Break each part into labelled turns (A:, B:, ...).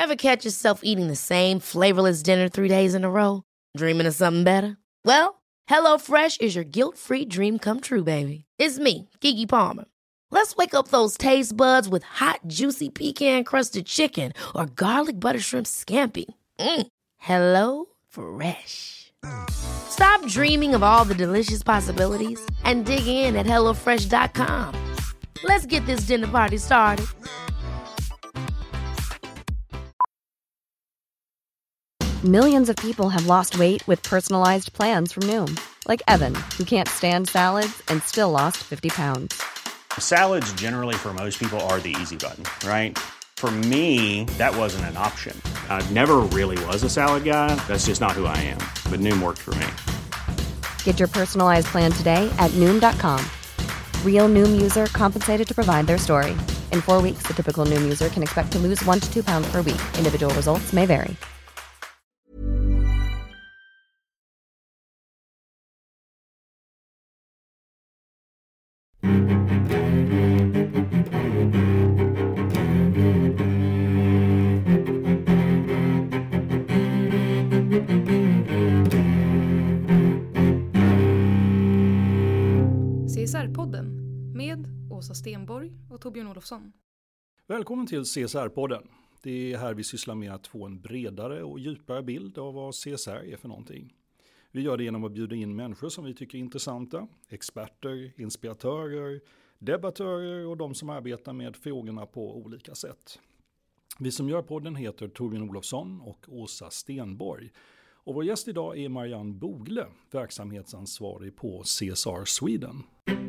A: Ever catch yourself eating the same flavorless dinner 3 days in a row? Dreaming of something better? Well, HelloFresh is your guilt-free dream come true, baby. It's me, Keke Palmer. Let's wake up those taste buds with hot, juicy pecan-crusted chicken or garlic butter shrimp scampi. Hello Fresh. Stop dreaming of all the delicious possibilities and dig in at HelloFresh.com. Let's get this dinner party started.
B: Millions of people have lost weight with personalized plans from Noom. Like Evan, who can't stand salads and still lost 50 pounds.
C: Salads generally for most people are the easy button, right? For me, that wasn't an option. I never really was a salad guy. That's just not who I am. But Noom worked for me.
B: Get your personalized plan today at Noom.com. Real Noom user compensated to provide their story. In 4 weeks, the typical Noom user can expect to lose 1 to 2 pounds per week. Individual results may vary.
D: CSR-podden med Åsa Stenborg och Torbjörn Olofsson.
E: Välkommen till CSR-podden. Det är här vi sysslar med att få en bredare och djupare bild av vad CSR är för någonting. Vi gör det genom att bjuda in människor som vi tycker är intressanta, experter, inspiratörer, debattörer och de som arbetar med frågorna på olika sätt. Vi som gör podden heter Torbjörn Olofsson och Åsa Stenborg. Och vår gäst idag är Marianne Bogle, verksamhetsansvarig på CSR Sweden.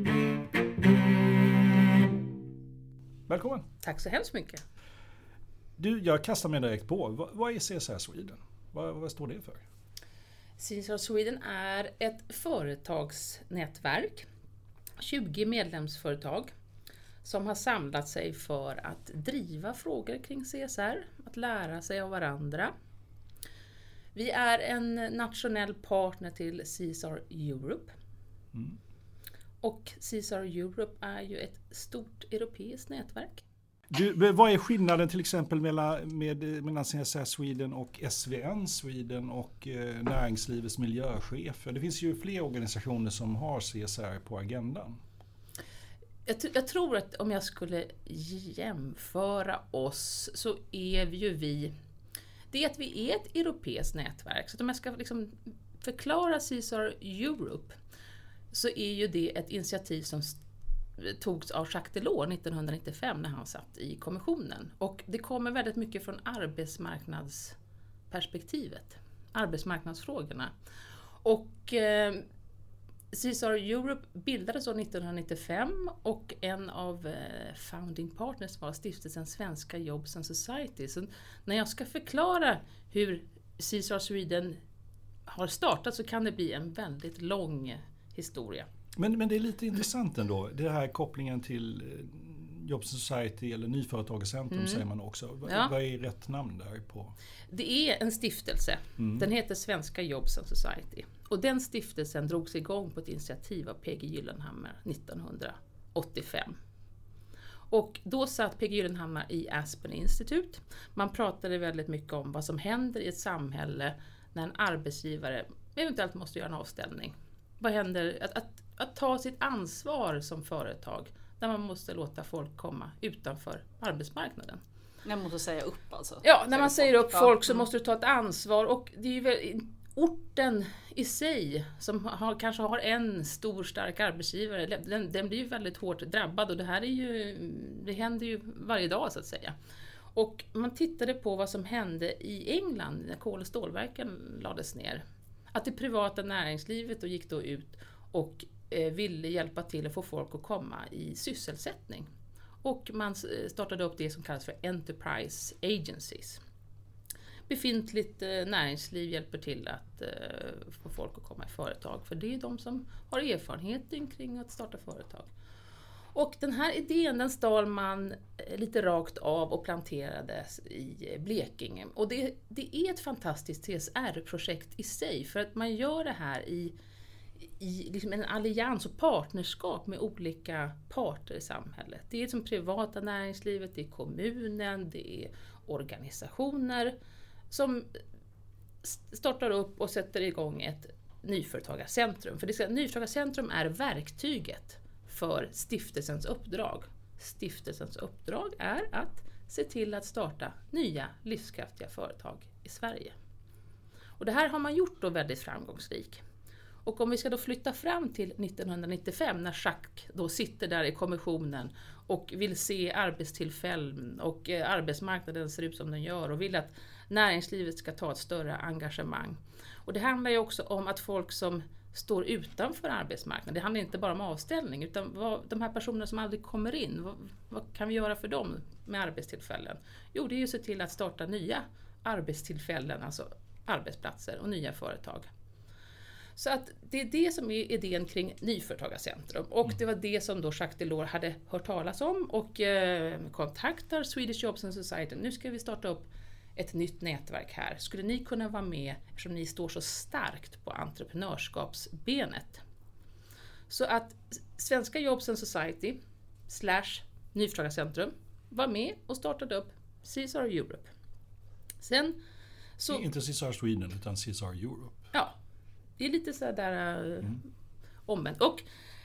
E: Välkommen!
F: Tack så hemskt mycket.
E: Du, jag kastar mig direkt på. Vad är CSR Sweden? Vad står det för?
F: CSR Sweden är ett företagsnätverk, 20 medlemsföretag som har samlat sig för att driva frågor kring CSR, att lära sig av varandra. Vi är en nationell partner till CSR Europe. Och CSR Europe är ju ett stort europeiskt nätverk.
E: Du, vad är skillnaden till exempel mellan CSR Sweden och SVN Sweden och näringslivets miljöchefer? Det finns ju fler organisationer som har CSR på agendan.
F: Jag tror att om jag skulle jämföra oss så är vi... Det är att vi är ett europeiskt nätverk. Så om jag ska liksom förklara CSR Europe så är ju det ett initiativ som togs av Jacques Delors 1995 när han satt i kommissionen. Och det kommer väldigt mycket från arbetsmarknadsperspektivet, arbetsmarknadsfrågorna. Och CSR Europe bildades år 1995 och en av founding partners var stiftelsen Svenska Jobs and Society. Så när jag ska förklara hur CSR Sweden har startat så kan det bli en väldigt lång historia.
E: Men det är lite intressant ändå, det här kopplingen till Jobs and Society eller Nyföretagarcentrum säger man också. Vad är rätt namn där på? Det
F: är en stiftelse. Den heter Svenska Jobs and Society. Och den stiftelsen drogs igång på ett initiativ av P.G. Gyllenhammar 1985. Och då satt P.G. Gyllenhammar i Aspen Institute. Man pratade väldigt mycket om vad som händer i ett samhälle när en arbetsgivare eventuellt måste göra en avställning. Vad händer? Att ta sitt ansvar som företag där man måste låta folk komma utanför arbetsmarknaden.
D: När man måste säga upp alltså?
F: Ja, när man säger upp folk så måste du ta ett ansvar och det är ju väl orten i sig som kanske har en stor stark arbetsgivare, den blir ju väldigt hårt drabbad och det händer ju varje dag så att säga. Och man tittade på vad som hände i England när kol- och stålverken lades ner. Att det privata näringslivet då gick då ut och ville hjälpa till att få folk att komma i sysselsättning. Och man startade upp det som kallas för Enterprise Agencies. Befintligt näringsliv hjälper till att få folk att komma i företag. För det är de som har erfarenheten kring att starta företag. Och den här idén den stal man lite rakt av och planterades i Blekinge. Och det är ett fantastiskt CSR-projekt i sig. För att man gör det här i liksom en allians och partnerskap med olika parter i samhället. Det är som privata näringslivet, det är kommunen, det är organisationer som startar upp och sätter igång ett nyföretagarcentrum. För nyföretagarcentrum är verktyget för stiftelsens uppdrag. Stiftelsens uppdrag är att se till att starta nya livskraftiga företag i Sverige. Och det här har man gjort då väldigt framgångsrikt. Och om vi ska då flytta fram till 1995 när Jacques då sitter där i kommissionen och vill se arbetstillfällen och arbetsmarknaden ser ut som den gör och vill att näringslivet ska ta ett större engagemang. Och det handlar ju också om att folk som står utanför arbetsmarknaden, det handlar inte bara om avställning utan de här personerna som aldrig kommer in, vad kan vi göra för dem med arbetstillfällen? Jo, det är ju att se till att starta nya arbetstillfällen, alltså arbetsplatser och nya företag. Så att det är det som är idén kring Nyföretagarcentrum. Och det var det som då Jacques Delors hade hört talas om och kontaktar Swedish Jobs and Society. Nu ska vi starta upp ett nytt nätverk här. Skulle ni kunna vara med eftersom ni står så starkt på entreprenörskapsbenet? Så att Svenska Jobs and Society / Nyföretagarcentrum var med och startade upp CSR Europe. Sen så,
E: inte CSR Sweden utan CSR Europe.
F: Ja, det är lite så där omvänt. Och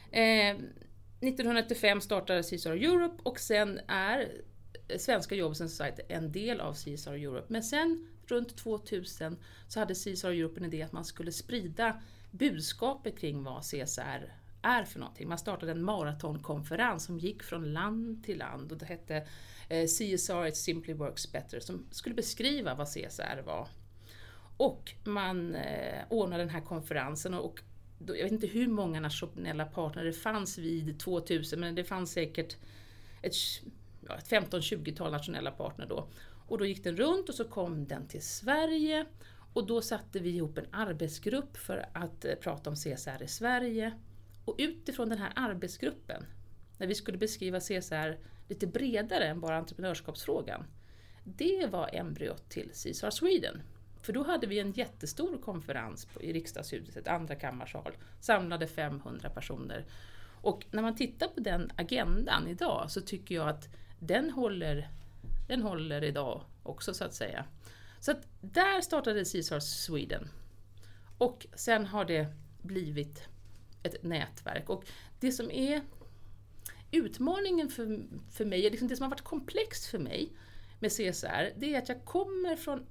F: 1995 startade CSR Europe och sen är Svenska Jobs and Society en del av CSR Europe. Men sen runt 2000 så hade CSR Europe en idé att man skulle sprida budskapet kring vad CSR är för någonting. Man startade en maratonkonferens som gick från land till land och det hette CSR It Simply Works Better som skulle beskriva vad CSR var. Och man ordnade den här konferensen och jag vet inte hur många nationella partner det fanns vid 2000 men det fanns säkert ett 15-20-tal nationella partner då. Och då gick den runt och så kom den till Sverige och då satte vi ihop en arbetsgrupp för att prata om CSR i Sverige. Och utifrån den här arbetsgruppen, när vi skulle beskriva CSR lite bredare än bara entreprenörskapsfrågan, det var embryot till CSR Sweden. För då hade vi en jättestor konferens i riksdagshuset, ett andra kammarsal, samlade 500 personer. Och när man tittar på den agendan idag så tycker jag att den håller idag också så att säga. Så att där startade CSR Sweden. Och sen har det blivit ett nätverk. Och det som är utmaningen för mig, liksom det som har varit komplext för mig med CSR, det är att jag kommer från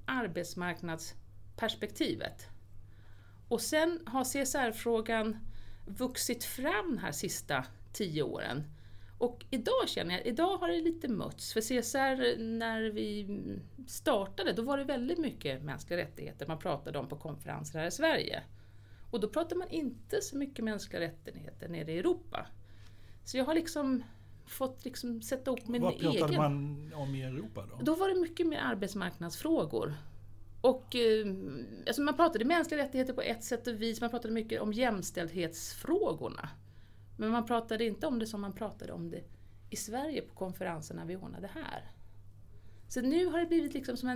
F: arbetsmarknadsperspektivet. Och sen har CSR-frågan vuxit fram här sista 10 åren. Och idag känner jag, idag har det lite mötts. För CSR när vi startade, då var det väldigt mycket mänskliga rättigheter man pratade om på konferenser här i Sverige. Och då pratar man inte så mycket mänskliga rättigheter nere i Europa. Så jag har liksom fått sätta upp min egen.
E: Vad pratade man om i Europa då?
F: Då var det mycket mer arbetsmarknadsfrågor. Och alltså man pratade mänskliga rättigheter på ett sätt och vis. Man pratade mycket om jämställdhetsfrågorna. Men man pratade inte om det som man pratade om det i Sverige på konferenserna vi ordnade här. Så nu har det blivit liksom som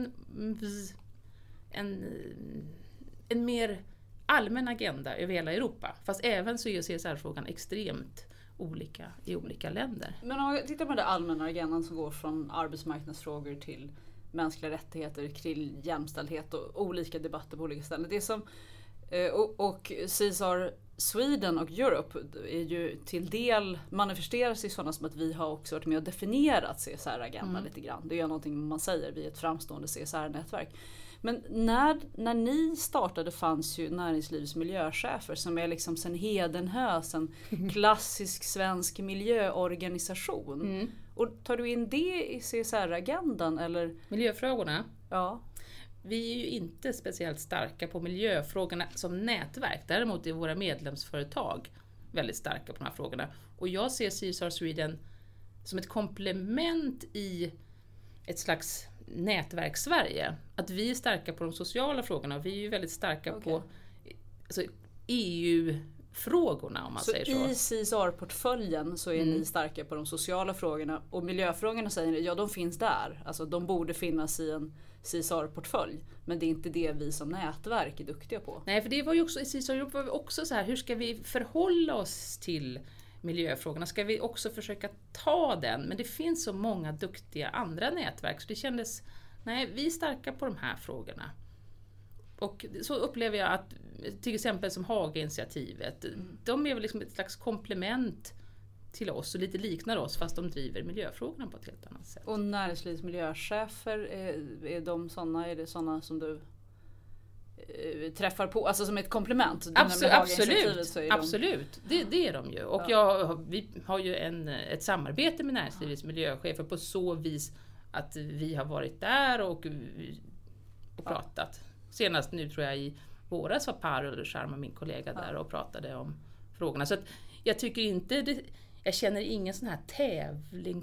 F: en mer allmän agenda över hela Europa. Fast även så är CSR-frågan extremt olika i olika länder.
G: Men om vi tittar på den allmänna agendan som går från arbetsmarknadsfrågor till mänskliga rättigheter, till jämställdhet och olika debatter på olika ställen. Det som, och CSR Sweden och Europe är ju till del manifesteras i sådana som att vi har också varit med och definierat CSR-agendan lite grann. Det är någonting man säger, vi är ett framstående CSR-nätverk. Men när ni startade fanns ju Näringslivets miljöchefer som är liksom sen Hedenhös, en klassisk svensk miljöorganisation. Och tar du in det i CSR-agendan eller?
F: Miljöfrågorna?
G: Ja.
F: Vi är ju inte speciellt starka på miljöfrågorna som nätverk. Däremot är våra medlemsföretag väldigt starka på de här frågorna. Och jag ser CSR Sweden som ett komplement i ett slags nätverk Sverige. Att vi är starka på de sociala frågorna och vi är ju väldigt starka på alltså, EU-frågorna om man säger så.
G: I CSR-portföljen så är ni starka på de sociala frågorna och miljöfrågorna säger ni, ja de finns där. Alltså de borde finnas i en CSR-portfölj. Men det är inte det vi som nätverk är duktiga på.
F: Nej, för det var ju också i CSR var vi också så här, hur ska vi förhålla oss till miljöfrågorna? Ska vi också försöka ta den? Men det finns så många duktiga andra nätverk så det kändes Nej, vi är starka på de här frågorna. Och så upplever jag att till exempel som Haga-initiativet, de är väl liksom ett slags komplement till oss och lite liknar oss fast de driver miljöfrågorna på ett helt annat sätt.
G: Och näringslivs miljöchefer, är de sådana, är det sådana som du träffar på, alltså som ett komplement?
F: Absolut. Det är de ju. Och vi har ju ett samarbete med näringslivets miljöchefer på så vis att vi har varit där och pratat. Senast nu tror jag i våras var Parul Sharma, min kollega, där och pratade om frågorna. Så att jag tycker inte jag känner ingen sån här tävling,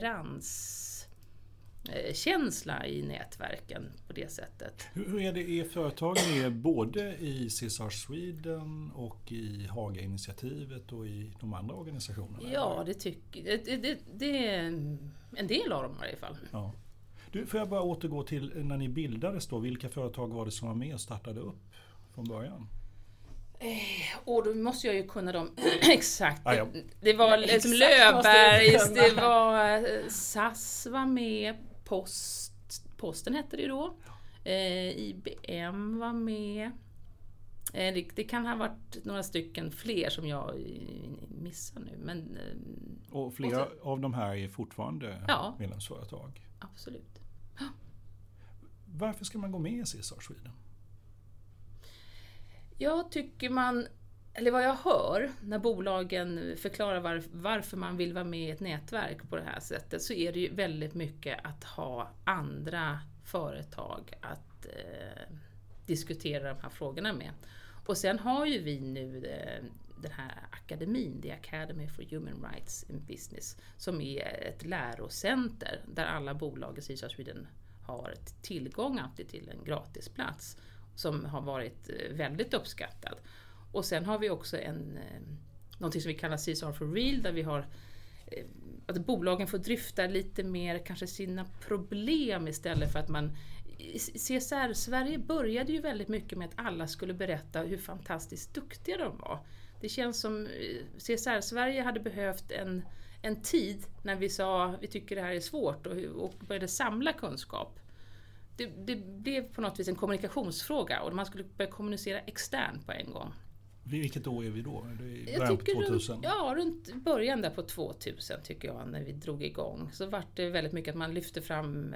F: konkurrenskänsla i nätverken på det sättet.
E: Hur är det i företagen är både i CSR Sweden och i Haga-initiativet och i de andra organisationerna?
F: Ja, det är en del av dem i varje fall.
E: Ja. Får jag bara återgå till när ni bildades då, vilka företag var det som var med och startade upp från början?
F: Och då måste jag ju kunna dem exakt. Det var liksom Löfbergs, det var SAS var med, Posten hette det då. IBM var med. Det kan ha varit några stycken fler som jag missar nu. Men,
E: och flera av de här är fortfarande medlemsföretag?
F: Absolut.
E: Varför ska man gå med i CSR Sweden?
F: Jag tycker eller vad jag hör när bolagen förklarar varför man vill vara med i ett nätverk på det här sättet, så är det ju väldigt mycket att ha andra företag att diskutera de här frågorna med. Och sen har ju vi nu den här akademin, The Academy for Human Rights in Business, som är ett lärocenter där alla bolag i CSR Sweden har tillgång till en gratisplats som har varit väldigt uppskattad. Och sen har vi också någonting som vi kallar CSR for Real, där vi har att bolagen får dryfta lite mer kanske sina problem istället för att CSR Sverige började ju väldigt mycket med att alla skulle berätta hur fantastiskt duktiga de var. Det känns som CSR Sverige hade behövt en tid när vi sa vi tycker det här är svårt och började samla kunskap. Det blev på något vis en kommunikationsfråga och man skulle börja kommunicera externt på en gång.
E: Vilket år är vi då? Det är början på 2000?
F: Runt början där på 2000 tycker jag, när vi drog igång. Så var det väldigt mycket att man lyfte fram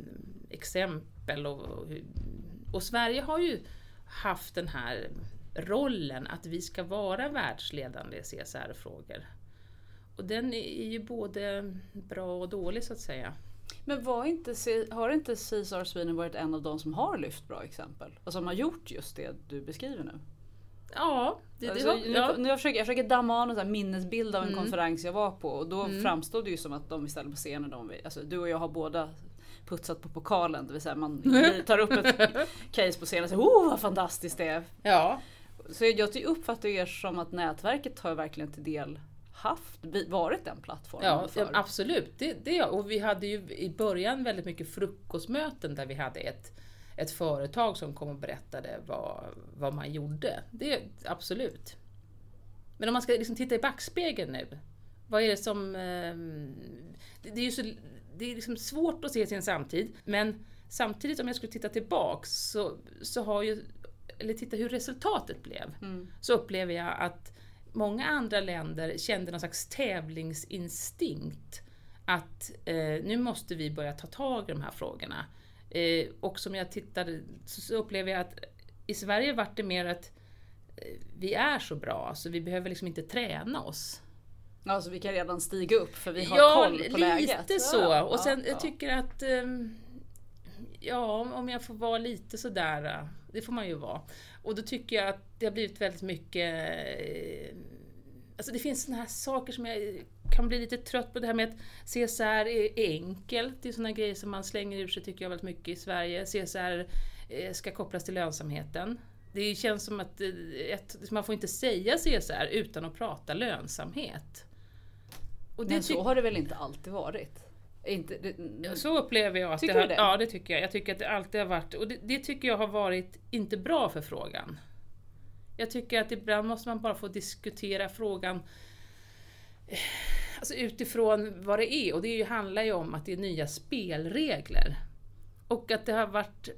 F: exempel och Sverige har ju haft den här rollen att vi ska vara världsledande i CSR-frågor. Och den är ju både bra och dålig så att säga.
G: Men har inte CSR Sweden varit en av de som har lyft bra exempel? Och som har gjort just det du beskriver nu?
F: Ja.
G: Jag försöker damma av en minnesbild av en konferens jag var på. Och då framstod det ju som att de istället på scenen, du och jag har båda putsat på pokalen. Det vill säga man tar upp ett case på scenen och säger vad fantastiskt det är. Ja. Så jag uppfattar er som att nätverket har verkligen till del varit den plattformen.
F: Ja, absolut. Och vi hade ju i början väldigt mycket frukostmöten där vi hade ett företag som kom och berättade vad man gjorde. Det absolut. Men om man ska liksom titta i backspegeln nu, vad är det som det är liksom svårt att se sin samtid, men samtidigt om jag skulle titta tillbaks så har ju, eller titta hur resultatet blev, så upplever jag att många andra länder kände någon slags tävlingsinstinkt att nu måste vi börja ta tag i de här frågorna. Och som jag tittade så upplever jag att i Sverige var det mer att vi är så bra så vi behöver liksom inte träna oss.
G: Ja, så vi kan redan stiga upp för vi har koll på läget.
F: Ja, lite så. Och sen jag tycker att om jag får vara lite sådär, det får man ju vara. Och då tycker jag att det har blivit väldigt mycket, alltså det finns såna här saker som jag kan bli lite trött på, det här med att CSR är enkelt. Det är såna grejer som man slänger ur sig tycker jag väldigt mycket i Sverige. CSR ska kopplas till lönsamheten. Det känns som att man får inte säga CSR utan att prata lönsamhet. Och
G: men så har det väl inte alltid varit?
F: Så upplever jag att
G: tycker du det?
F: Ja, det tycker jag. Jag tycker att det alltid har varit, och det tycker jag har varit inte bra för frågan. Jag tycker att ibland måste man bara få diskutera frågan alltså utifrån vad det är, och det handlar ju om att det är nya spelregler. Och att det har varit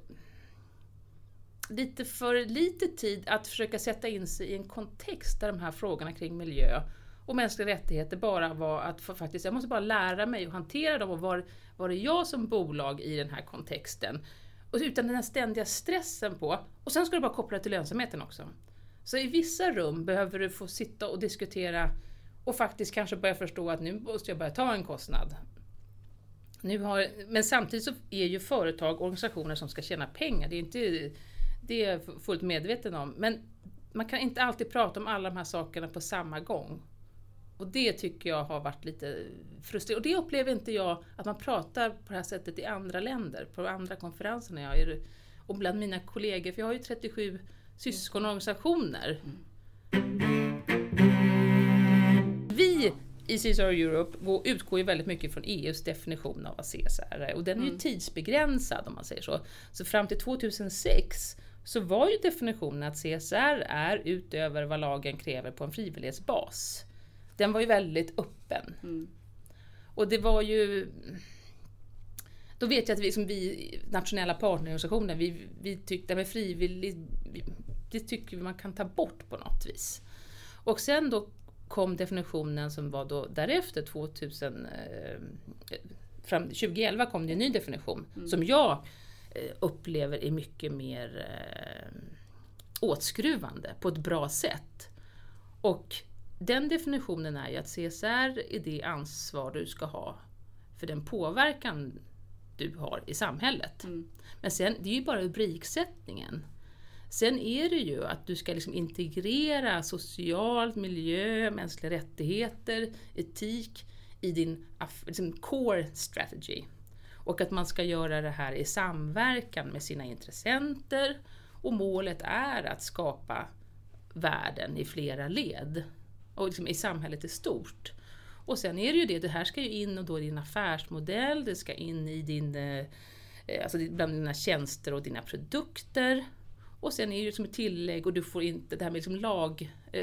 F: lite för lite tid att försöka sätta in sig i en kontext där de här frågorna kring miljö och mänskliga rättigheter bara var att faktiskt, jag måste bara lära mig att hantera dem och var är jag som bolag i den här kontexten. Och utan den här ständiga stressen på, och sen ska du bara koppla det till lönsamheten också. Så i vissa rum behöver du få sitta och diskutera och faktiskt kanske börja förstå att nu måste jag börja ta en kostnad. Men samtidigt så är ju företag organisationer som ska tjäna pengar. Det är jag fullt medveten om. Men man kan inte alltid prata om alla de här sakerna på samma gång. Och det tycker jag har varit lite frustrerande. Och det upplever inte jag att man pratar på det här sättet i andra länder. På andra konferenser när jag är, och bland mina kollegor. För jag har ju 37 syskonorganisationer. Vi i CSR Europe utgår ju väldigt mycket från EUs definition av vad CSR är. Och den är ju tidsbegränsad om man säger så. Så fram till 2006 så var ju definitionen att CSR är utöver vad lagen kräver på en frivillighetsbas. Den var ju väldigt öppen. Och det var ju... Då vet jag att vi nationella partnerorganisationer, vi tyckte med frivilligt, det tycker vi man kan ta bort på något vis. Och sen då kom definitionen som var då därefter 2011 kom det en ny definition som jag upplever är mycket mer åtskruvande på ett bra sätt. Och den definitionen är ju att CSR är det ansvar du ska ha för den påverkan du har i samhället. Men sen, det är ju bara rubriksättningen. Sen är det ju att du ska liksom integrera socialt, miljö, mänskliga rättigheter, etik i din liksom core strategy. Och att man ska göra det här i samverkan med sina intressenter. Och målet är att skapa värden i flera led. Och liksom i samhället i stort. Och sen är det ju det här ska ju in och då i din affärsmodell. Det ska in i din, alltså bland dina tjänster och dina produkter. Och sen är det ju som ett tillägg och du får inte det här med liksom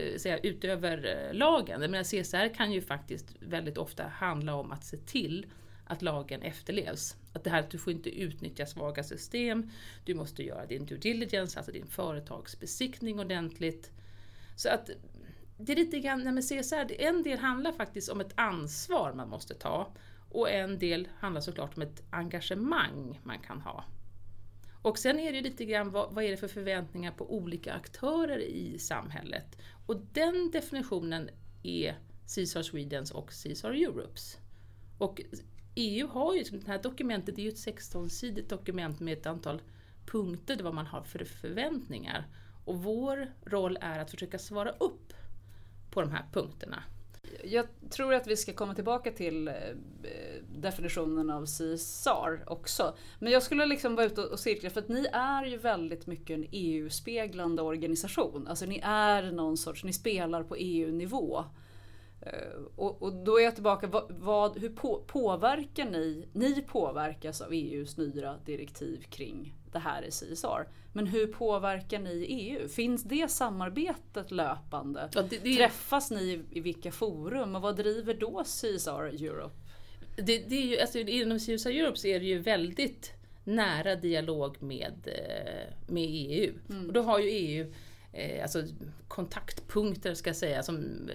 F: utöver lagen. Men CSR kan ju faktiskt väldigt ofta handla om att se till att lagen efterlevs. Att det här att du får inte utnyttja svaga system. Du måste göra din due diligence, alltså din företagsbesiktning ordentligt. Så att det är lite grann med CSR. En del handlar faktiskt om ett ansvar man måste ta. Och en del handlar såklart om ett engagemang man kan ha. Och sen är det lite grann vad är det för förväntningar på olika aktörer i samhället. Och den definitionen är CSR Swedens och CSR Europes. Och EU har ju, det här dokumentet, det är ju ett 16-sidigt dokument med ett antal punkter vad man har för förväntningar. Och vår roll är att försöka svara upp på de här punkterna.
G: Jag tror att vi ska komma tillbaka till definitionen av CSR också. Men jag skulle liksom vara ute och cirkla för att ni är ju väldigt mycket en EU-speglande organisation. Alltså ni är någon sorts, ni spelar på EU-nivå. Och då är jag tillbaka, hur påverkar ni påverkas av EUs nya direktiv kring det här i CSR. Men hur påverkar ni EU? Finns det samarbetet löpande? Ja, träffas ni i vilka forum? Och vad driver då CSR Europe?
F: Det är ju, alltså, inom CSR Europe så är det ju väldigt nära dialog med EU. Och då har ju EU alltså kontaktpunkter ska jag säga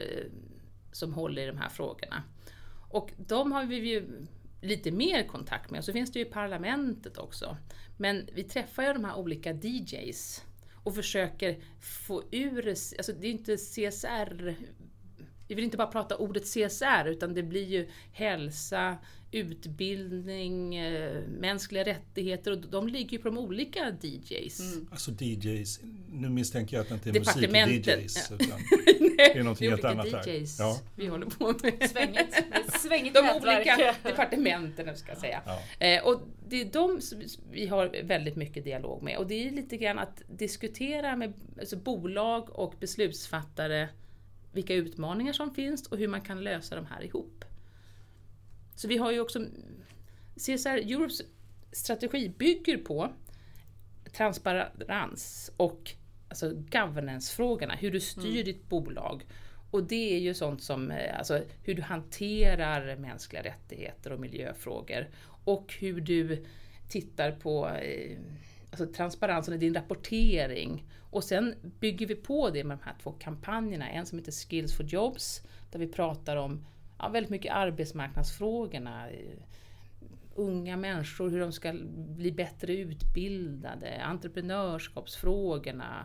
F: som håller i de här frågorna. Och de har vi ju lite mer kontakt med. Och så finns det ju parlamentet också. Men vi träffar ju de här olika DJs och försöker få ur, alltså det är inte CSR, vi vill inte bara prata ordet CSR utan det blir ju hälsa, utbildning, mänskliga rättigheter och de ligger ju på de olika DJs.
E: Alltså DJs, nu misstänker jag att det inte är musik-DJs utan det är någonting helt annat här.
F: DJs vi håller på med.
G: Svängigt
F: de olika departementen ska jag säga. Ja. Och det är de vi har väldigt mycket dialog med och det är lite grann att diskutera med alltså bolag och beslutsfattare vilka utmaningar som finns och hur man kan lösa de här ihop. Så vi har ju också CSR Europes strategi bygger på transparens och alltså governance-frågorna, hur du styr ditt bolag. Och det är ju sånt som alltså, hur du hanterar mänskliga rättigheter och miljöfrågor och hur du tittar på alltså transparensen i din rapportering. Och sen bygger vi på det med de här 2 kampanjerna. En som heter Skills for Jobs, där vi pratar om väldigt mycket arbetsmarknadsfrågorna. Unga människor, hur de ska bli bättre utbildade. Entreprenörskapsfrågorna.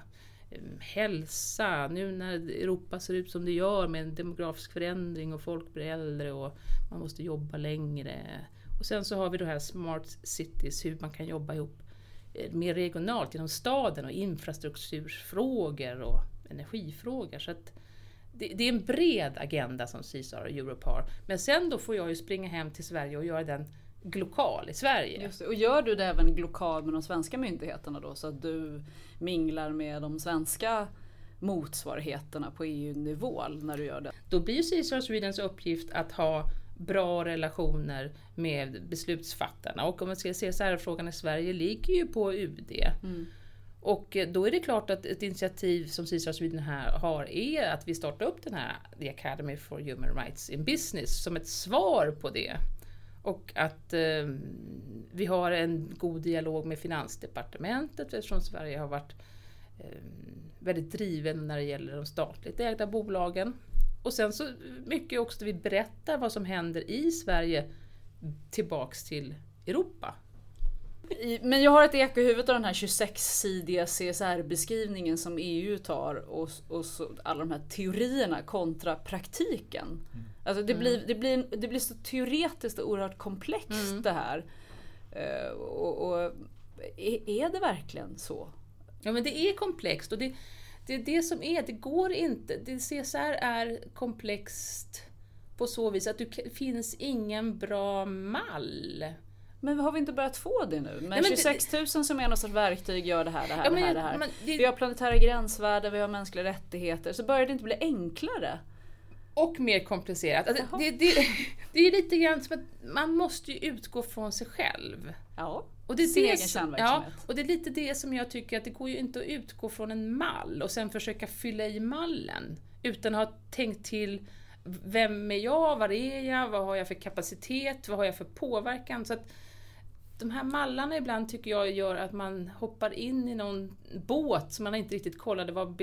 F: Hälsa, nu när Europa ser ut som det gör med en demografisk förändring och folk blir äldre och man måste jobba längre. Och sen så har vi då här Smart Cities, hur man kan jobba ihop mer regionalt inom staden och infrastrukturfrågor och energifrågor. Så att det är en bred agenda som CSR och Europe har. Men sen då får jag ju springa hem till Sverige och göra den global i Sverige.
G: Just det. Och gör du det även global med de svenska myndigheterna då, så att du minglar med de svenska motsvarigheterna på EU-nivå när du gör det?
F: Då blir ju CSR Swedens uppgift att ha bra relationer med beslutsfattarna. Och om man ser CSR-frågan i Sverige ligger ju på UD. Och då är det klart att ett initiativ som CSR Sweden här har är att vi startar upp den här The Academy for Human Rights in Business som ett svar på det. Och att vi har en god dialog med Finansdepartementet eftersom Sverige har varit väldigt driven när det gäller de statligt ägda bolagen. Och sen så mycket också vi berättar vad som händer i Sverige tillbaks till Europa.
G: Men jag har ett eko i huvudet av den här 26-sidiga CSR-beskrivningen som EU tar och så alla de här teorierna kontra praktiken. Alltså det blir så teoretiskt och oerhört komplext det här. Och är det verkligen så?
F: Ja, men det är komplext och det är det som är, det går inte. CSR är komplext på så vis att det finns ingen bra mall.
G: Men har vi inte börjat få det nu? Men 26 000 som är något sorts verktyg gör det här. Vi har planetära gränsvärden, vi har mänskliga rättigheter. Så börjar det inte bli enklare?
F: Och mer komplicerat. Alltså, det är lite grann som att man måste ju utgå från sig själv.
G: Ja,
F: och det är
G: sin egen kärnverksamhet.
F: Ja, och det är lite det som jag tycker att det går ju inte att utgå från en mall och sen försöka fylla i mallen. Utan att ha tänkt till, vem är jag, var är jag, vad har jag för kapacitet, vad har jag för påverkan. Så att de här mallarna ibland tycker jag gör att man hoppar in i någon båt som man inte riktigt kollade vad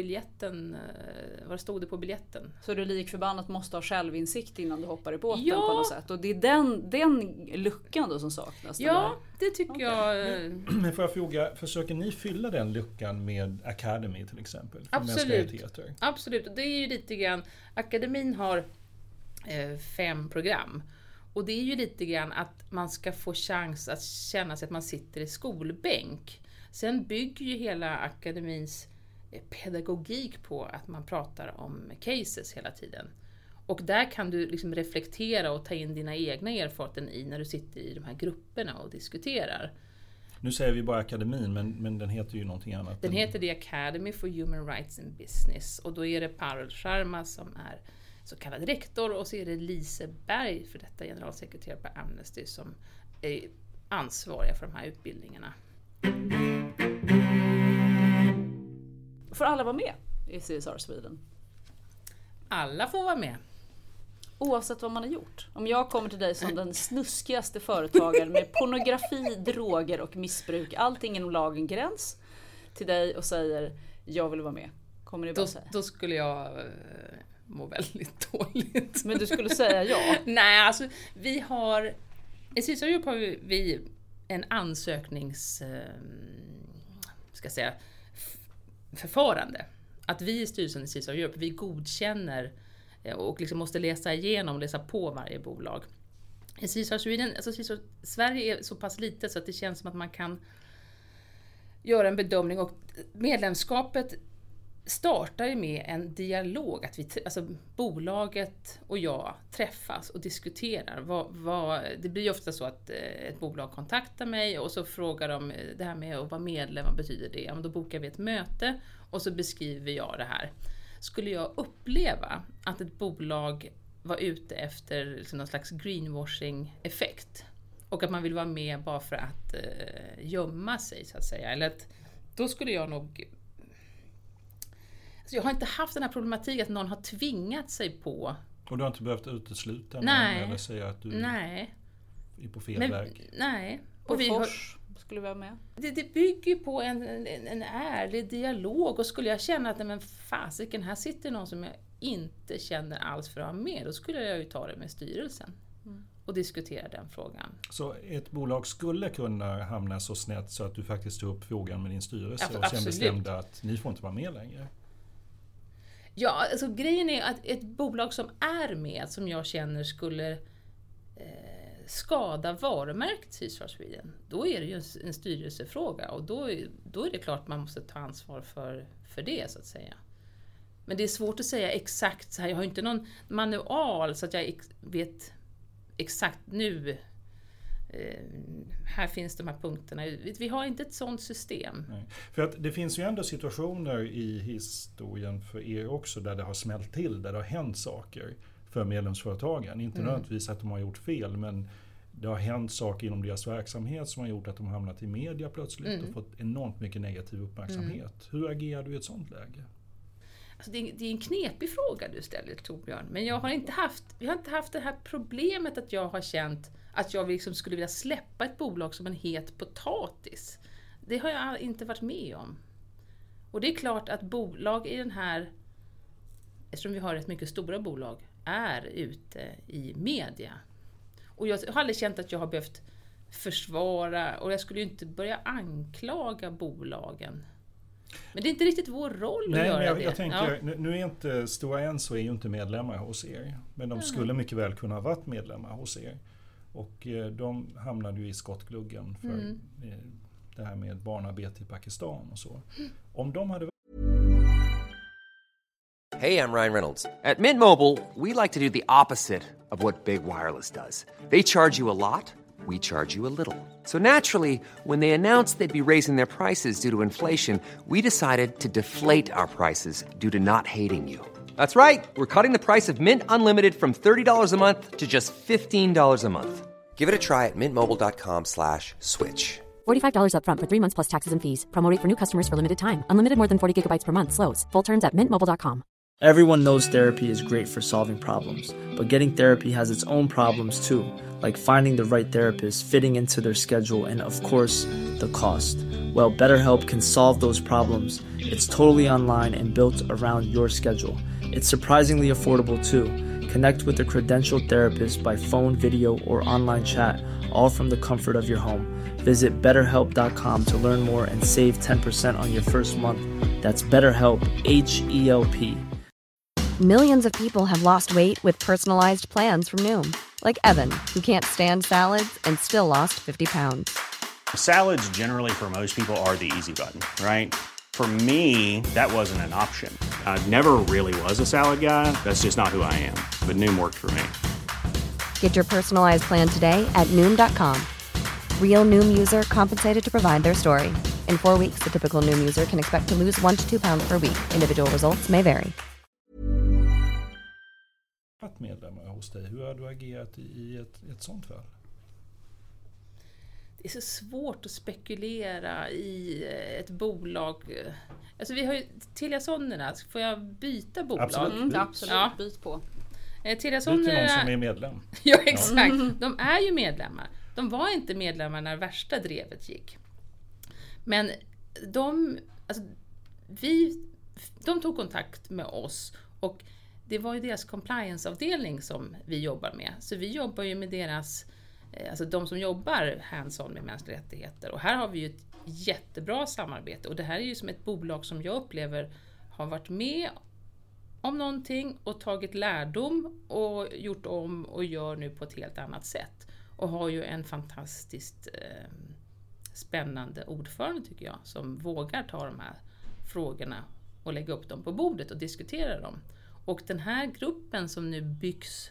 F: det stod det på biljetten.
G: Så du likförbannat måste ha självinsikt innan du hoppar i båten på något sätt. Och det är den luckan då som saknas.
F: Ja, det tycker jag.
E: Men får jag fråga, försöker ni fylla den luckan med Academy till exempel?
F: Absolut. Och det är ju lite grann, akademin har 5 program. Och det är ju lite grann att man ska få chans att känna sig att man sitter i skolbänk. Sen bygger ju hela akademins pedagogik på att man pratar om cases hela tiden. Och där kan du liksom reflektera och ta in dina egna erfarenheter i när du sitter i de här grupperna och diskuterar.
E: Nu säger vi bara akademin, men den heter ju någonting annat.
F: Den heter The Academy for Human Rights in Business. Och då är det Parul Sharma som är så kallad rektor och så är det Lise Berg, för detta generalsekreterare på Amnesty, som är ansvariga för de här utbildningarna.
G: Får alla vara med i CSR Sweden?
F: Alla får vara med.
G: Oavsett vad man har gjort. Om jag kommer till dig som den snuskigaste företagaren med pornografi, droger och missbruk, allting inom lagen gräns, till dig och säger jag vill vara med. Kommer det bara säga?
F: Då skulle jag må väldigt dåligt.
G: Men du skulle säga ja?
F: Nej, alltså vi har i CSR Europe har vi en förfarande. Att vi i styrelsen i CSR Europe, vi godkänner och liksom måste läsa på varje bolag. I CSR Sweden, alltså Sverige är så pass litet så att det känns som att man kan göra en bedömning, och medlemskapet startar ju med en dialog, att bolaget och jag träffas och diskuterar. Det blir ofta så att ett bolag kontaktar mig och så frågar de det här med att vara medlem, vad betyder det? Ja, men då bokar vi ett möte och så beskriver jag det här. Skulle jag uppleva att ett bolag var ute efter liksom någon slags greenwashing-effekt och att man vill vara med bara för att gömma sig så att säga, eller då skulle jag nog... Jag har inte haft den här problematiken att någon har tvingat sig på.
E: Och du har inte behövt utesluta
F: nej,
E: eller säga att du
F: nej.
E: är på fel väg?
F: Nej, Och
G: skulle vi vara med?
F: Det bygger på en ärlig dialog, och skulle jag känna att men fasiken, här sitter någon som jag inte känner alls för att ha med, då skulle jag ju ta det med styrelsen och diskutera den frågan.
E: Så ett bolag skulle kunna hamna så snett så att du faktiskt tog upp frågan med din styrelse och sen bestämde att ni får inte vara med längre?
F: Ja, alltså grejen är att ett bolag som är med, som jag känner skulle skada varumärket Sys for Sweden, då är det ju en styrelsefråga, och då är det klart man måste ta ansvar för det, så att säga. Men det är svårt att säga exakt så här. Jag har inte någon manual så att jag vet exakt nu. Här finns de här punkterna. Vi har inte ett sådant system.
E: Nej. För att det finns ju ändå situationer i historien för er också där det har smält till, där det har hänt saker för medlemsföretagen. Inte nödvändigtvis att de har gjort fel, men det har hänt saker inom deras verksamhet som har gjort att de har hamnat i media plötsligt och fått enormt mycket negativ uppmärksamhet. Hur agerar du i ett sådant läge?
F: Alltså det är en knepig fråga du ställer, Torbjörn. Men vi har inte haft det här problemet att jag har känt att jag liksom skulle vilja släppa ett bolag som en het potatis. Det har jag inte varit med om. Och det är klart att bolag i den här, eftersom vi har rätt mycket stora bolag, är ute i media. Och jag har aldrig känt att jag har behövt försvara, och jag skulle ju inte börja anklaga bolagen. Men det är inte riktigt vår roll att göra det.
E: Jag tänker, nu är inte Stora Enso är ju inte medlemmar hos er, men de skulle mycket väl kunna ha varit medlemmar hos er. Och de hamnade ju i skottgluggen för det här med barnarbete i Pakistan och så. Om de hade...
H: Hey, I'm Ryan Reynolds. At Mint Mobile, we like to do the opposite of what Big Wireless does. They charge you a lot. We charge you a little. So naturally, when they announced they'd be raising their prices due to inflation, we decided to deflate our prices due to not hating you. That's right. We're cutting the price of Mint Unlimited from $30 a month to just $15 a month. Give it a try at mintmobile.com/switch.
B: $45 up front for 3 months plus taxes and fees. Promo rate for new customers for limited time. Unlimited more than 40 gigabytes per month slows. Full terms at mintmobile.com.
I: Everyone knows therapy is great for solving problems, but getting therapy has its own problems too, like finding the right therapist, fitting into their schedule, and of course, the cost. Well, BetterHelp can solve those problems. It's totally online and built around your schedule. It's surprisingly affordable too. Connect with a credentialed therapist by phone, video, or online chat, all from the comfort of your home. Visit BetterHelp.com to learn more and save 10% on your first month. That's BetterHelp, H-E-L-P.
B: Millions of people have lost weight with personalized plans from Noom. Like Evan, who can't stand salads and still lost 50 pounds.
C: Salads generally for most people are the easy button, right? For me, that wasn't an option. I never really was a salad guy. That's just not who I am. But Noom worked for me.
B: Get your personalized plan today at Noom.com. Real Noom user compensated to provide their story. In 4 weeks, the typical Noom user can expect to lose 1 to 2 pounds per week. Individual results may vary.
E: Medlemmar hos dig. Hur har du agerat i ett sånt fall?
F: Det är så svårt att spekulera i ett bolag. Alltså vi har ju Telia Sonera. Får jag byta bolag?
E: Absolut,
G: absolut. Byt på.
F: Telia
E: Sonera... Byt till någon som är medlem.
F: Ja, exakt. De är ju medlemmar. De var inte medlemmar när värsta drevet gick. Men de tog kontakt med oss, och det var ju deras compliance-avdelning som vi jobbar med. Så vi jobbar ju med deras, alltså de som jobbar hands-on med mänskliga rättigheter. Och här har vi ju ett jättebra samarbete. Och det här är ju som ett bolag som jag upplever har varit med om någonting och tagit lärdom och gjort om och gör nu på ett helt annat sätt. Och har ju en fantastiskt spännande ordförande, tycker jag, som vågar ta de här frågorna och lägga upp dem på bordet och diskutera dem. Och den här gruppen som nu byggs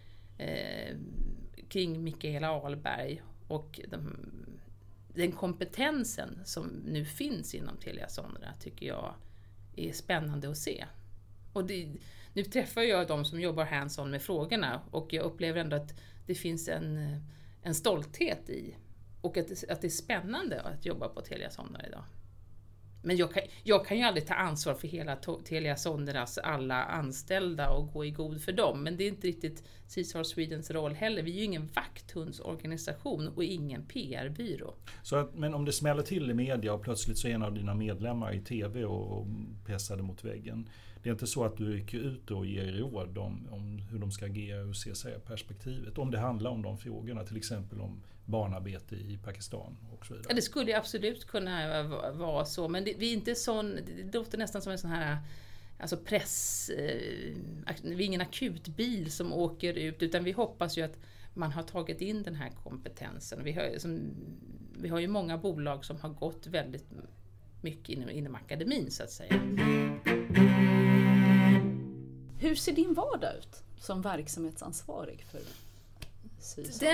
F: kring Mikaela Ahlberg och den kompetensen som nu finns inom Telia Sonera tycker jag är spännande att se. Och nu träffar jag de som jobbar hands-on med frågorna, och jag upplever ändå att det finns en stolthet i, och att det är spännande att jobba på Telia Sonera idag. Men jag kan ju aldrig ta ansvar för hela Telia Soneras alla anställda och gå i god för dem. Men det är inte riktigt CSR Swedens roll heller. Vi är ju ingen vakthundsorganisation och ingen PR-byrå.
E: Men om det smäller till i media och plötsligt så är en av dina medlemmar i tv och pessade mot väggen. Det är inte så att du gick ut och ger råd om hur de ska agera ur CSR-perspektivet. Om det handlar om de frågorna, till exempel om barnarbete i Pakistan och så vidare.
F: Ja, det skulle ju absolut kunna vara så, men vi är inte sån, det låter nästan som en sån här alltså vi är ingen akutbil som åker ut, utan vi hoppas ju att man har tagit in den här kompetensen. Vi har ju många bolag som har gått väldigt mycket inom akademin så att säga.
G: Hur ser din vardag ut som verksamhetsansvarig för CSR?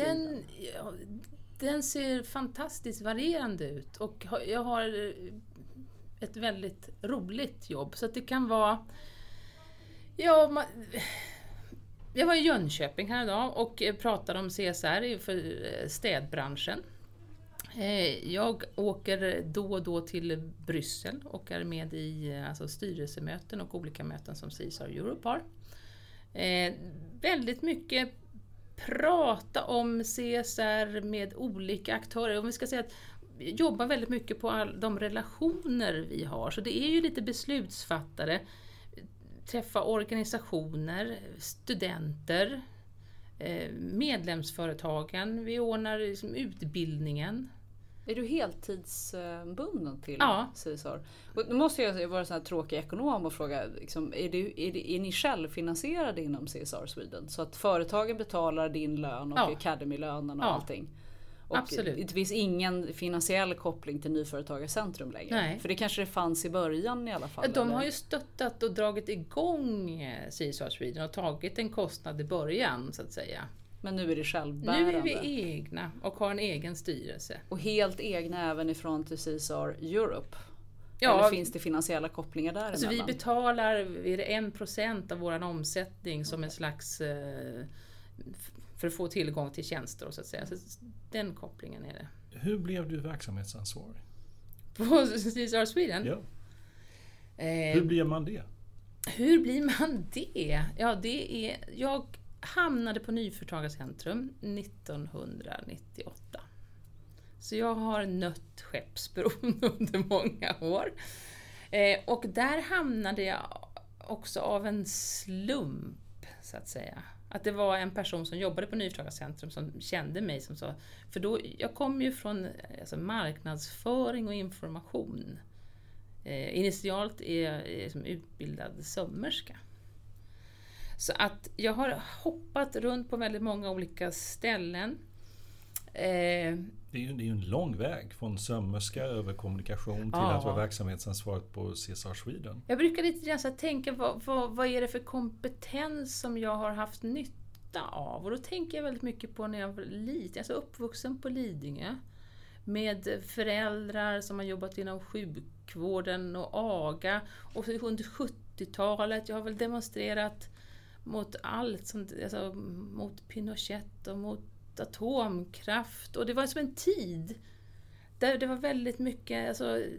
F: Den ser fantastiskt varierande ut och jag har ett väldigt roligt jobb. Så att det kan vara... Jag var i Jönköping här idag och pratade om CSR för städbranschen. Jag åker då och då till Bryssel och är med i styrelsemöten och olika möten som CSR Europe har. Väldigt mycket prata om CSR med olika aktörer. Om vi ska säga att vi jobbar väldigt mycket på de relationer vi har. Så det är ju lite beslutsfattare, träffa organisationer, studenter, medlemsföretagen. Vi ordnar liksom utbildningen.
G: Är du heltidsbunden till CSR? Nu måste jag vara så här tråkig ekonom och fråga, liksom, är ni självfinansierade inom CSR Sweden? Så att företagen betalar din lön och Academy-lönen och allting? Och
F: absolut.
G: Det finns ingen finansiell koppling till Nyföretagarcentrum längre?
F: Nej.
G: För det kanske det fanns i början i alla fall?
F: De har ju stöttat och dragit igång CSR Sweden och tagit en kostnad i början så att säga.
G: Men nu är det självbärande.
F: Nu är vi egna och har en egen styrelse.
G: Och helt egna även ifrån till CSR Europe? Ja. Eller finns det finansiella kopplingar där?
F: Alltså vi betalar 1% av vår omsättning som en slags... för att få tillgång till tjänster så att säga. Så den kopplingen är det.
E: Hur blev du verksamhetsansvarig?
F: På CSR Sweden?
E: Ja. Hur blir man det?
F: Hur blir man det? Ja, jag hamnade på Nyföretagarcentrum 1998. Så jag har nött Skeppsbron under många år. Och där hamnade jag också av en slump så att säga. Att det var en person som jobbade på Nyföretagarcentrum som kände mig som sa, för då, jag kom ju från marknadsföring och information. Initialt är jag som utbildad sömmerska. Så att jag har hoppat runt på väldigt många olika ställen.
E: Det är ju en lång väg från sömmerska över kommunikation till att vara verksamhetsansvarig på CSR Sweden.
F: Jag brukar lite grann så tänka vad är det för kompetens som jag har haft nytta av? Och då tänker jag väldigt mycket på när jag var liten, alltså uppvuxen på Lidingö med föräldrar som har jobbat inom sjukvården och AGA och under 70-talet. Jag har väl demonstrerat mot allt, mot Pinochet och mot atomkraft, och det var som en tid där det var väldigt mycket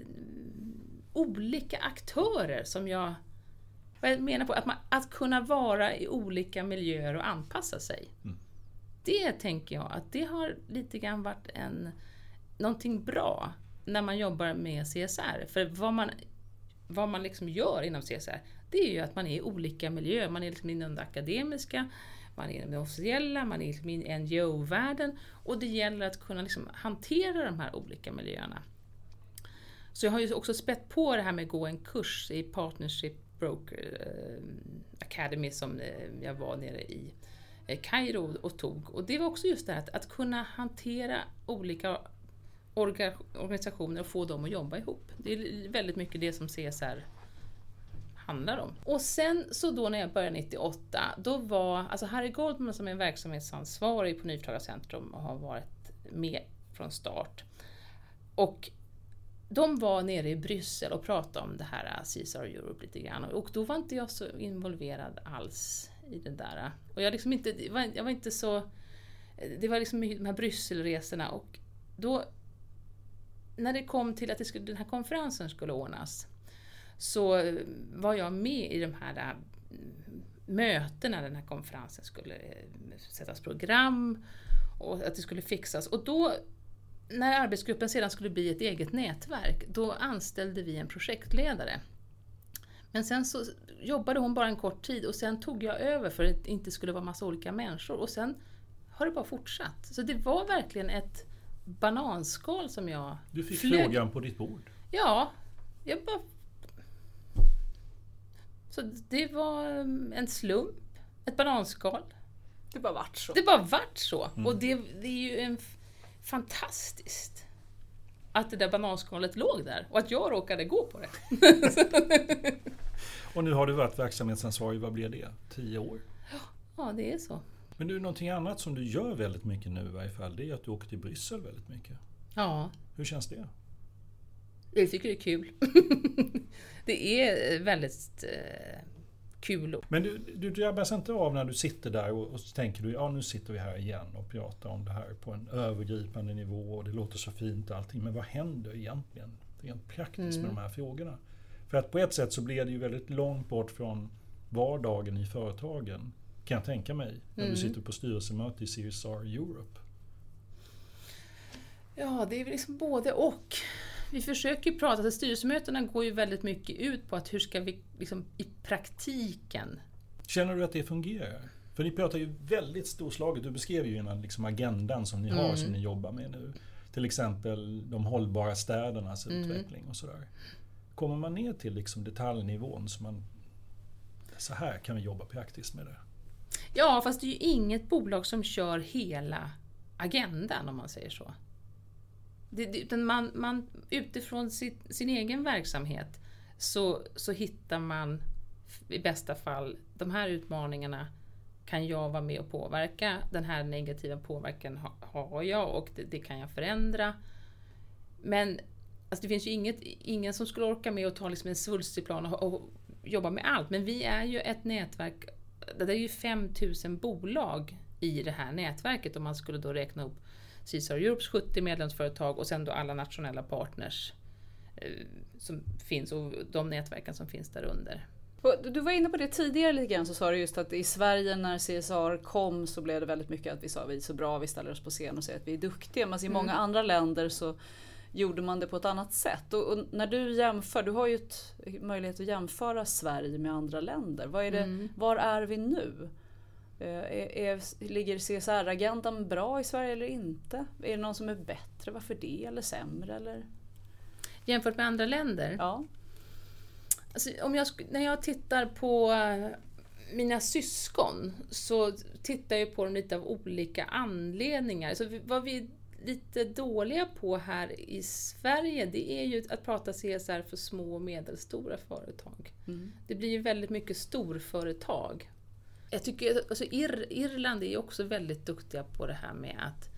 F: olika aktörer som jag menar på att kunna vara i olika miljöer och anpassa sig. Det tänker jag att det har lite grann varit någonting bra när man jobbar med CSR, för vad man liksom gör inom CSR, det är ju att man är i olika miljöer, man är liksom inom det akademiska, man är inom det officiella, man är liksom i NGO-världen, och det gäller att kunna liksom hantera de här olika miljöerna. Så jag har ju också spett på det här med att gå en kurs i Partnership Broker Academy som jag var nere i Kairo och tog. Och det var också just det här att kunna hantera olika organisationer och få dem att jobba ihop. Det är väldigt mycket det som CSR handlar om. Och sen så då när jag började 98, då var Harry Goldman som är verksamhetsansvarig på Nyföretagarcentrum och har varit med från start. Och de var nere i Bryssel och pratade om det här CSR Europe lite grann. Och då var inte jag så involverad alls i det där. Och jag var inte så... Det var liksom de här Brysselresorna, och då när det kom till att den här konferensen skulle ordnas, så var jag med i de här mötena. Den här konferensen skulle sättas program och att det skulle fixas. Och då, när arbetsgruppen sedan skulle bli ett eget nätverk, då anställde vi en projektledare. Men sen så jobbade hon bara en kort tid och sen tog jag över för att det inte skulle vara massa olika människor. Och sen har det bara fortsatt. Så det var verkligen ett bananskal som jag
E: Du fick frågan på ditt bord.
F: Ja, jag bara... Så det var en slump, ett bananskal.
G: Det bara vart så.
F: Det bara vart så. Och det är ju fantastiskt att det där bananskalet låg där och att jag råkade gå på det.
E: Och nu har du varit verksamhetsansvarig, vad blir det? 10 år?
F: Ja, det är så.
E: Men du, någonting annat som du gör väldigt mycket nu i varje fall, det är att du åker till Bryssel väldigt mycket.
F: Ja.
E: Hur känns det?
F: Jag tycker det är kul. Det är väldigt kul.
E: Men du drabbas inte av när du sitter där och så tänker du, ja nu sitter vi här igen och pratar om det här på en övergripande nivå och det låter så fint och allting, men vad händer egentligen rent praktiskt med de här frågorna? För att på ett sätt så blir det ju väldigt långt bort från vardagen i företagen, kan jag tänka mig, när du sitter på styrelsemöte i CSR Europe.
F: Ja, det är väl liksom både och. Vi försöker ju prata, att styrelsemötena går ju väldigt mycket ut på att hur ska vi liksom i praktiken.
E: Känner du att det fungerar? För ni pratar ju väldigt storslaget, du beskrev ju den liksom agendan som ni har, som ni jobbar med nu. Till exempel de hållbara städernas utveckling och sådär. Kommer man ner till liksom detaljnivån så här kan vi jobba praktiskt med det?
F: Ja, fast det är ju inget bolag som kör hela agendan, om man säger så. Utan man utifrån sin egen verksamhet så hittar man i bästa fall de här utmaningarna kan jag vara med och påverka. Den här negativa påverkan har jag och det kan jag förändra. Men alltså det finns ju ingen som skulle orka med att ta liksom en svulstig plan och jobba med allt. Men vi är ju ett nätverk, det är ju 5000 bolag i det här nätverket om man skulle då räkna upp CSR Europes 70 medlemsföretag och sen då alla nationella partners som finns och de nätverken som finns där under.
G: Du var inne på det tidigare lite grann, så sa du just att i Sverige när CSR kom så blev det väldigt mycket att vi sa att vi är så bra, vi ställer oss på scen och säger att vi är duktiga. Men i många andra länder så gjorde man det på ett annat sätt. Och när du jämför, du har ju möjlighet att jämföra Sverige med andra länder. Var är vi nu? Ligger CSR-agendan bra i Sverige eller inte? Är det någon som är bättre? Varför det? Eller sämre? Eller?
F: Jämfört med andra länder?
G: Ja.
F: Alltså, när jag tittar på mina syskon så tittar jag på dem lite av olika anledningar. Så vad vi är lite dåliga på här i Sverige, det är ju att prata CSR för små och medelstora företag. Det blir ju väldigt mycket storföretag. Jag tycker alltså Irland är också väldigt duktiga på det här med att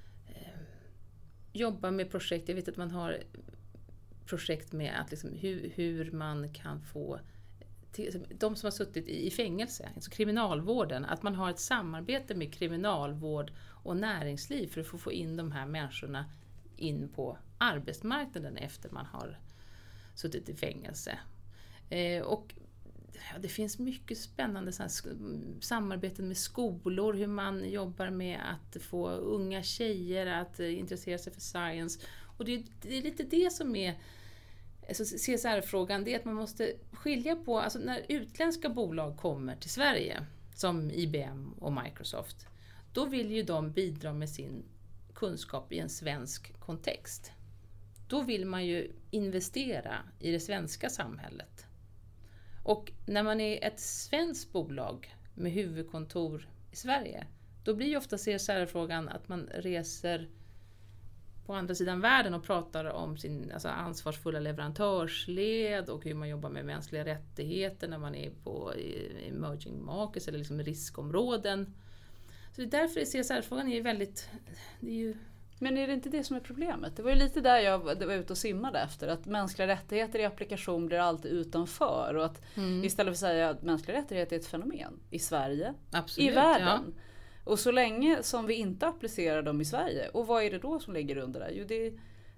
F: jobba med projekt. Jag vet att man har projekt med att liksom hur man kan få de som har suttit i fängelse, alltså kriminalvården, att man har ett samarbete med kriminalvård och näringsliv för att få in de här människorna in på arbetsmarknaden efter man har suttit i fängelse. Och ja, det finns mycket spännande samarbeten med skolor, hur man jobbar med att få unga tjejer att intressera sig för science. Och det är lite det som är alltså CSR-frågan, det är att man måste skilja på, alltså när utländska bolag kommer till Sverige, som IBM och Microsoft, då vill ju de bidra med sin kunskap i en svensk kontext. Då vill man ju investera i det svenska samhället. Och när man är ett svenskt bolag med huvudkontor i Sverige, då blir ju ofta CSR-frågan att man reser på andra sidan världen och pratar om sin ansvarsfulla leverantörsled och hur man jobbar med mänskliga rättigheter när man är på emerging markets eller liksom riskområden. Så det är därför CSR-frågan är väldigt... Det är ju...
G: Men är det inte det som är problemet? Det var ju lite där jag var ute och simmade efter. Att mänskliga rättigheter i applikation blir alltid utanför. Och att istället för att säga att mänskliga rättigheter är ett fenomen i Sverige,
F: absolut,
G: i världen.
F: Ja.
G: Och så länge som vi inte applicerar dem i Sverige, och vad är det då som ligger under det? Jo,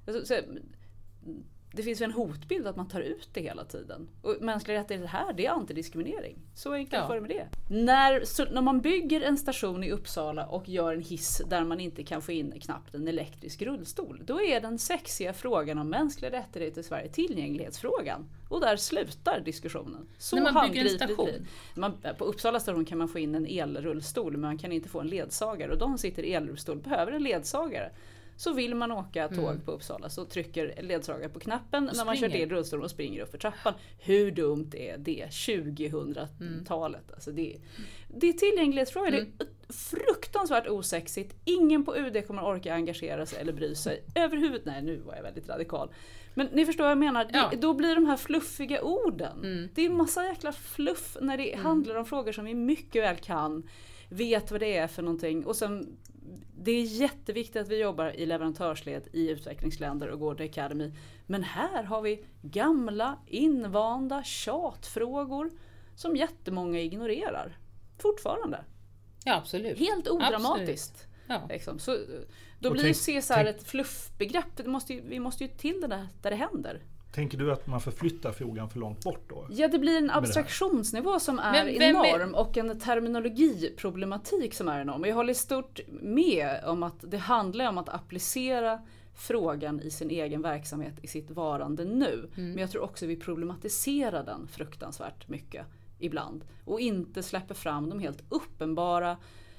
G: Det finns ju en hotbild att man tar ut det hela tiden. Och mänskliga rättigheter här, det är antidiskriminering. Så enkelt var det med det. När man bygger en station i Uppsala och gör en hiss där man inte kan få in knappt en elektrisk rullstol, då är den sexiga frågan om mänskliga rättigheter i Sverige tillgänglighetsfrågan. Och där slutar diskussionen. Så
F: när man bygger en station?
G: På Uppsala station kan man få in en elrullstol, men man kan inte få en ledsagare. Och de som sitter i elrullstol behöver en ledsagare. Så vill man åka tåg på Uppsala så trycker ledsagare på knappen när man kör till rullstolen och springer upp för trappan. Hur dumt är det? 2000-talet. Alltså det är tillgänglighetsfrågor. Det är fruktansvärt osexigt. Ingen på UD kommer orka engagera sig eller bry sig. Överhuvud. Nej, nu var jag väldigt radikal. Men ni förstår vad jag menar. Då blir de här fluffiga orden. Det är en massa jäkla fluff när det handlar om frågor som vi mycket väl kan. Vet vad det är för någonting. Och sen det är jätteviktigt att vi jobbar i leverantörsled i utvecklingsländer och går till Academy. Men här har vi gamla, invanda tjatfrågor som jättemånga ignorerar. Fortfarande.
F: Ja, absolut.
G: Helt odramatiskt.
F: Ja.
G: Liksom. Så, då blir CSR ett fluffbegrepp. Vi måste ju till det där det händer.
E: Tänker du att man förflyttar frågan för långt bort då?
G: Ja, det blir en abstraktionsnivå som är enorm och en terminologiproblematik som är enorm. Jag håller stort med om att det handlar om att applicera frågan i sin egen verksamhet i sitt varande nu. Men jag tror också vi problematiserar den fruktansvärt mycket ibland. Och inte släpper fram de helt uppenbara,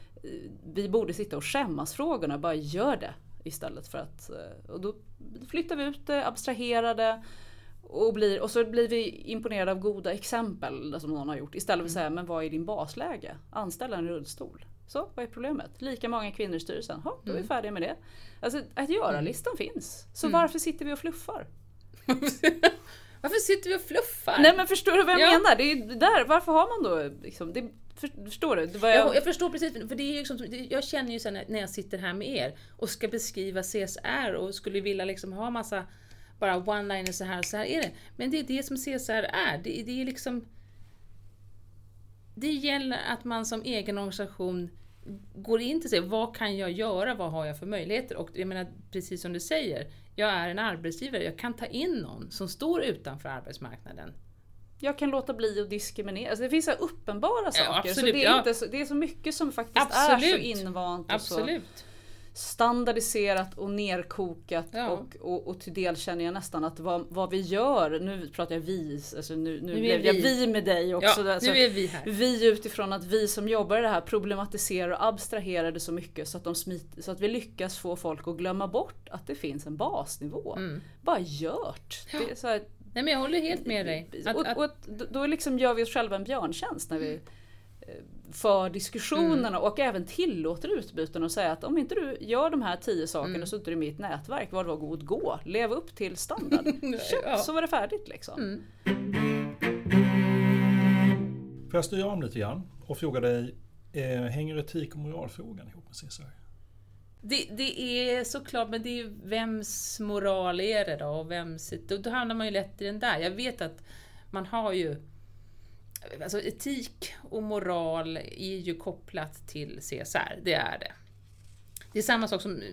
G: vi borde sitta och skämmas frågorna, bara gör det. Istället för att, och då flyttar vi ut det, abstraherar det och så blir vi imponerade av goda exempel som någon har gjort. Istället för att säga, men vad är din basläge? Anställa en rullstol. Så, vad är problemet? Lika många kvinnor i styrelsen. Då är vi färdiga med det. Alltså, att göra-listan finns. Så varför sitter vi och fluffar?
F: Varför sitter vi och fluffar?
G: Nej, men förstår du vad jag menar? Det är där, varför har man då liksom, förstår du?
F: Jag förstår precis, för det är ju liksom, jag känner ju sen när jag sitter här med er och ska beskriva CSR och skulle vilja liksom ha massa bara one-liners så här är det. Men det är det som CSR är. Det är liksom, det gäller att man som egen organisation går in till sig, vad kan jag göra, vad har jag för möjligheter? Och jag menar, precis som du säger, jag är en arbetsgivare, jag kan ta in någon som står utanför arbetsmarknaden.
G: Jag kan låta bli att diskriminera. Alltså det finns så uppenbara saker.
F: Absolut,
G: så det är, inte så, det är så mycket som faktiskt är så invant och så standardiserat och nerkokat. Och till del känner jag nästan att vad vi gör, nu pratar jag vi, alltså nu blev jag vi med dig också.
F: Ja,
G: alltså,
F: nu är vi här.
G: Vi utifrån att vi som jobbar i det här problematiserar och abstraherar det så mycket så att, så att vi lyckas få folk att glömma bort att det finns en basnivå. Bara gjort. Det är så här,
F: nej, men jag håller helt med dig.
G: Då liksom gör vi oss själva en björntjänst när vi för diskussionerna och även tillåter utbyten och säger att om inte du gör de här 10 sakerna så är du i mitt nätverk, var god gå. Lev upp till standard. Så var det färdigt liksom.
E: Får jag styra om lite grann och fråga dig, hänger etik och moralfrågan ihop med CSR?
F: Det är såklart, men det är ju vems moral är det då? Och då hamnar man ju lätt i den där. Jag vet att man har ju, alltså etik och moral är ju kopplat till CSR, det är det. Det är samma sak som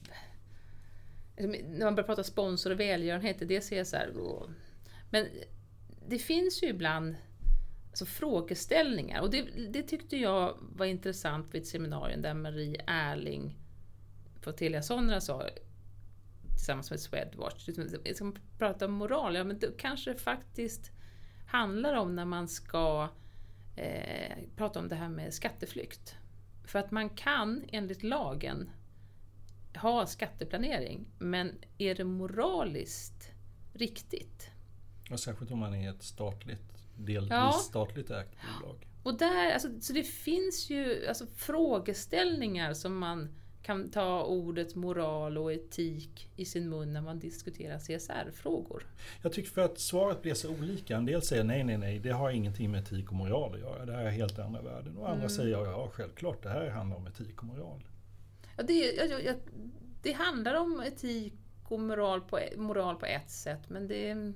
F: när man börjar prata sponsor och välgörenhet, det är CSR. Men det finns ju ibland alltså frågeställningar, och det tyckte jag var intressant vid ett seminarium där Marie Erling på Telia Sonera sa tillsammans med Swedwatch, vi ska prata om moral, ja, men det kanske faktiskt handlar om när man ska prata om det här med skatteflykt. För att man kan enligt lagen ha skatteplanering, men är det moraliskt riktigt?
E: Och särskilt om man är ett delvis statligt ägt bolag.
F: Och där, alltså, så det finns ju alltså, frågeställningar som man kan ta ordet moral och etik i sin mun när man diskuterar CSR-frågor.
E: Jag tycker för att svaret blir så olika. En del säger nej, det har ingenting med etik och moral att göra. Det här är helt andra värden. Och andra säger ja, självklart, det här handlar om etik och moral. Ja,
F: det handlar om etik och moral på ett sätt, men det är...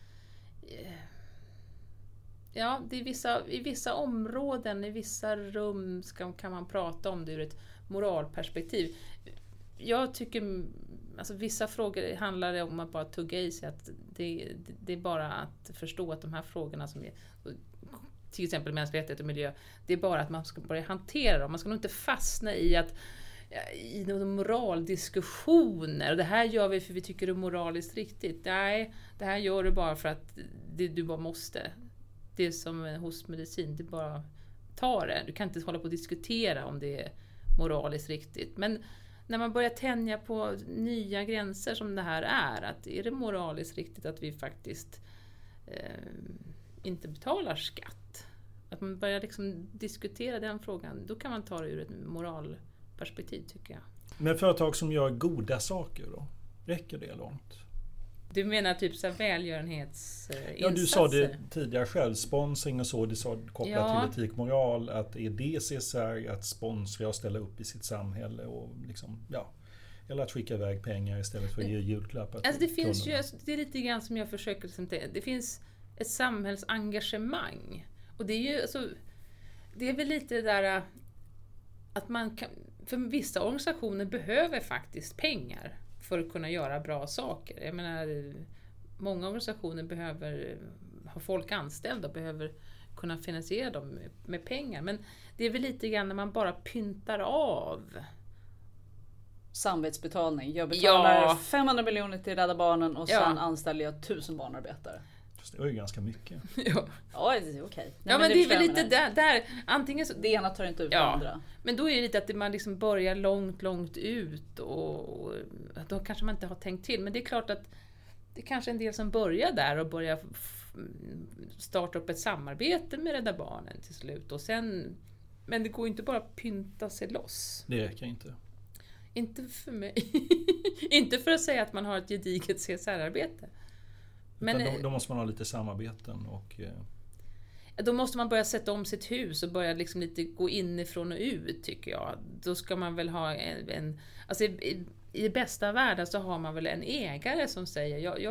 F: Ja, det är i vissa områden, i vissa rum kan man prata om det ur ett moralperspektiv. jag tycker, alltså vissa frågor handlar det om att bara tugga i sig, att det är bara att förstå att de här frågorna som är, till exempel mänsklig rättighet och miljö, det är bara att man ska börja hantera dem. Man ska nog inte fastna i några moraldiskussioner. Det här gör vi för vi tycker det är moraliskt riktigt. Nej, det här gör du bara för att du bara måste. Det är som hos medicin, det bara tar det. Du kan inte hålla på och diskutera om det är moraliskt riktigt. Men när man börjar tänja på nya gränser som det här är det moraliskt riktigt att vi faktiskt inte betalar skatt? Att man börjar liksom diskutera den frågan, då kan man ta det ur ett moralperspektiv, tycker jag.
E: Men företag som gör goda saker då? Räcker det långt?
F: Du menar typ så här välgörenhetsinsatser?
E: Ja, du sa det tidigare själv, sponsring och så, det sa kopplat till etik, moral, att är det CSR att sponsra och ställa upp i sitt samhälle och liksom, eller att skicka iväg pengar istället för att ge julklappar.
F: Alltså det finns ju, det är lite grann som jag försöker liksom, det finns ett samhällsengagemang, och det är ju alltså, det är väl lite det där att man kan, för vissa organisationer behöver faktiskt pengar för att kunna göra bra saker. Jag menar, många organisationer behöver ha folk anställda och behöver kunna finansiera dem med pengar. Men det är väl lite grann när man bara pyntar av.
G: Samvetsbetalning. Jag betalar 500 miljoner till Rädda Barnen och sen anställer jag 1000 barnarbetare.
E: Det är ju ganska mycket.
G: Ja, det är okej.
F: Men det är väl lite där antingen så,
G: det ena tar inte ut det andra.
F: Men då är det lite att man liksom börjar långt ut och då kanske man inte har tänkt till. Men det är klart att det är kanske en del som börjar där och börjar starta upp ett samarbete med Rädda Barnen till slut. Och sen, men det går inte bara att pynta sig loss.
E: Det räcker inte.
F: Inte för mig. Inte för att säga att man har ett gediget CSR-arbete. Men
E: då måste man ha lite samarbeten och...
F: Då måste man börja sätta om sitt hus och börja liksom lite gå inifrån och ut, tycker jag. Då ska man väl ha alltså i det bästa världen så har man väl en ägare som säger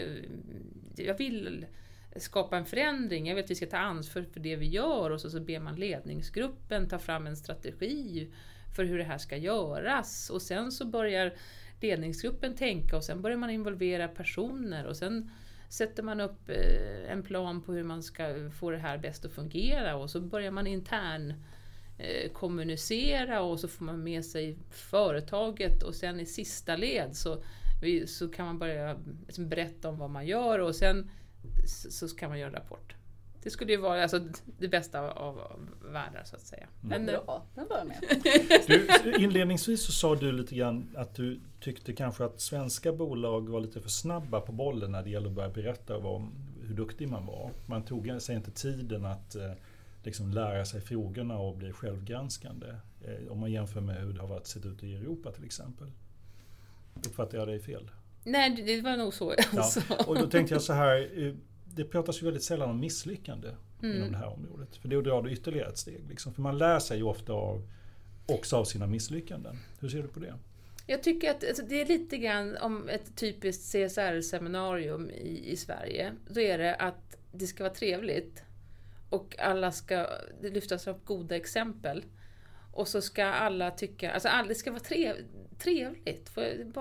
F: jag vill skapa en förändring, jag vill att vi ska ta ansvar för det vi gör, och så ber man ledningsgruppen ta fram en strategi för hur det här ska göras, och sen så börjar ledningsgruppen tänka och sen börjar man involvera personer och sen sätter man upp en plan på hur man ska få det här bäst att fungera, och så börjar man intern kommunicera, och så får man med sig företaget, och sen i sista led så kan man börja liksom berätta om vad man gör, och sen så kan man göra en rapport. Det skulle ju vara alltså det bästa av världar, så att säga.
G: Men bra, den börjar med.
E: Inledningsvis så sa du lite grann att du tyckte kanske att svenska bolag var lite för snabba på bollen när det gäller att börja berätta hur duktig man var. Man tog sig inte tiden att liksom lära sig frågorna och bli självgranskande. Om man jämför med hur det har sett ut i Europa till exempel. Uppfattar jag dig fel?
F: Nej, det var nog så.
E: Ja. Och då tänkte jag så här, det pratas ju väldigt sällan om misslyckande inom det här området. För då drar du ytterligare ett steg. Liksom. För man lär sig ju ofta också av sina misslyckanden. Hur ser du på det?
F: Jag tycker att alltså, det är lite grann om ett typiskt CSR-seminarium i Sverige. Då är det att det ska vara trevligt. Och alla ska lyftas upp goda exempel. Och så ska alla tycka, alltså det ska vara trevligt.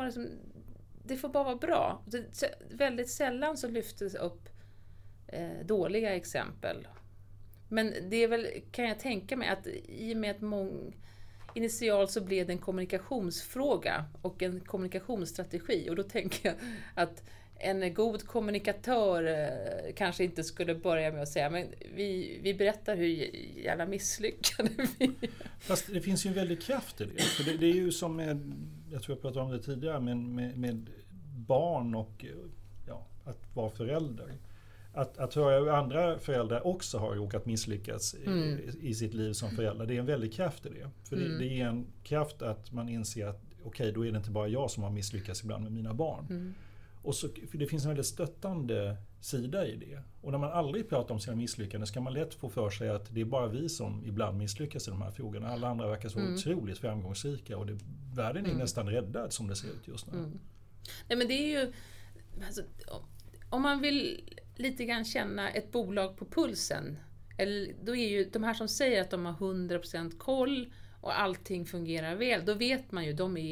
F: Det får bara vara bra. Väldigt sällan så lyftes upp dåliga exempel. Men det är väl, kan jag tänka mig, att i och med att initialt så blev det en kommunikationsfråga och en kommunikationsstrategi, och då tänker jag att en god kommunikatör kanske inte skulle börja med att säga men vi berättar hur jävla misslyckade vi är.
E: Fast det finns ju en väldig kraft i det. För det är ju som med, jag tror jag pratade om det tidigare, med barn och att vara förälder. Att höra hur andra föräldrar också har råkat misslyckats i sitt liv som föräldrar, det är en väldig kraft i det. För det är en kraft att man inser att okej, då är det inte bara jag som har misslyckats ibland med mina barn. Och så, för det finns en väldigt stöttande sida i det. Och när man aldrig pratar om sina misslyckanden så kan man lätt få för sig att det är bara vi som ibland misslyckas i de här frågorna. Alla andra verkar så otroligt framgångsrika, och världen är nästan räddad som det ser ut just nu.
F: Nej, men det är ju alltså, om man vill lite grann känna ett bolag på pulsen, eller, då är ju de här som säger att de har 100% koll och allting fungerar väl, då vet man ju, de är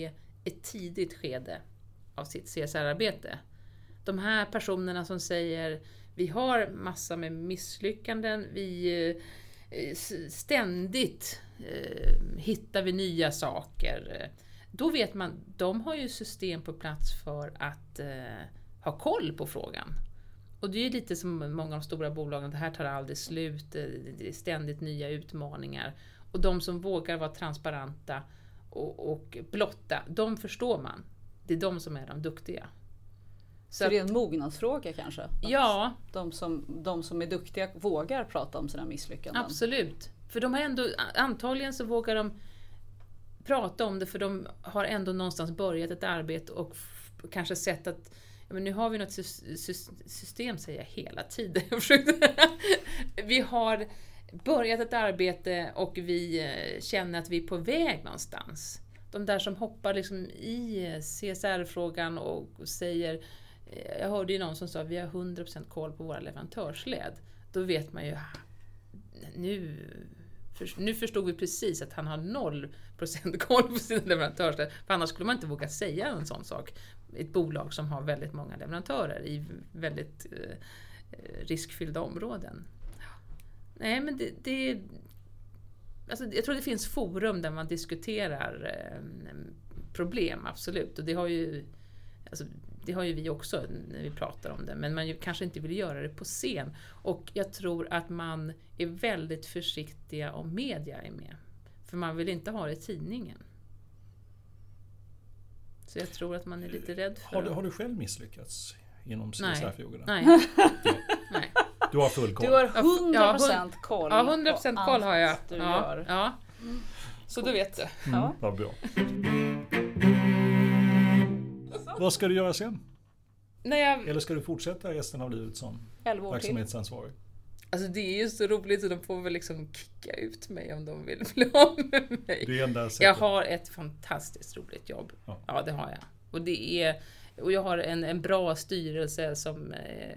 F: ett tidigt skede av sitt CSR-arbete. De här personerna som säger vi har massa med misslyckanden, vi ständigt hittar vi nya saker. Då vet man, de har ju system på plats för att ha koll på frågan. Och det är lite som många av de stora bolagen, det här tar aldrig slut, det är ständigt nya utmaningar. Och de som vågar vara transparenta och blotta, de förstår man. Det är de som är de duktiga.
G: Så det är en mognadsfråga kanske?
F: Ja.
G: De som är duktiga vågar prata om sina misslyckanden.
F: Absolut. För de har ändå, antagligen så vågar de prata om det för de har ändå någonstans börjat ett arbete och kanske sett att men nu har vi något system, säger jag hela tiden. Vi har börjat ett arbete och vi känner att vi är på väg någonstans. De där som hoppar liksom i CSR-frågan och säger, jag hörde ju någon som sa vi har 100% koll på våra leverantörsled. Då vet man ju, nu förstod vi precis att han har 0% koll på sina leverantörsled. För annars skulle man inte våga säga en sån sak. Ett bolag som har väldigt många leverantörer i väldigt riskfyllda områden. Nej, men alltså, jag tror det finns forum där man diskuterar problem, absolut. Och det har ju vi också när vi pratar om det. Men man kanske inte vill göra det på scen. Och jag tror att man är väldigt försiktiga om media är med. För man vill inte ha det i tidningen. Så jag tror att man är lite rädd för
E: Har du själv misslyckats inom CSR-frågorna?
F: Nej.
E: Nej. Du har full koll.
G: Du har 100% koll.
F: Ja, 100% koll har jag.
G: Du gör.
F: Ja. Så du vet det.
E: Vad bra. Vad ska du göra sen? Eller ska du fortsätta resten av livet som verksamhetsansvarig?
F: Alltså det är ju så roligt så de får väl liksom kicka ut mig om de vill bli av med mig.
E: Det är enda sättet.
F: Jag har ett fantastiskt roligt jobb. Ja, det har jag. Och jag har en bra styrelse som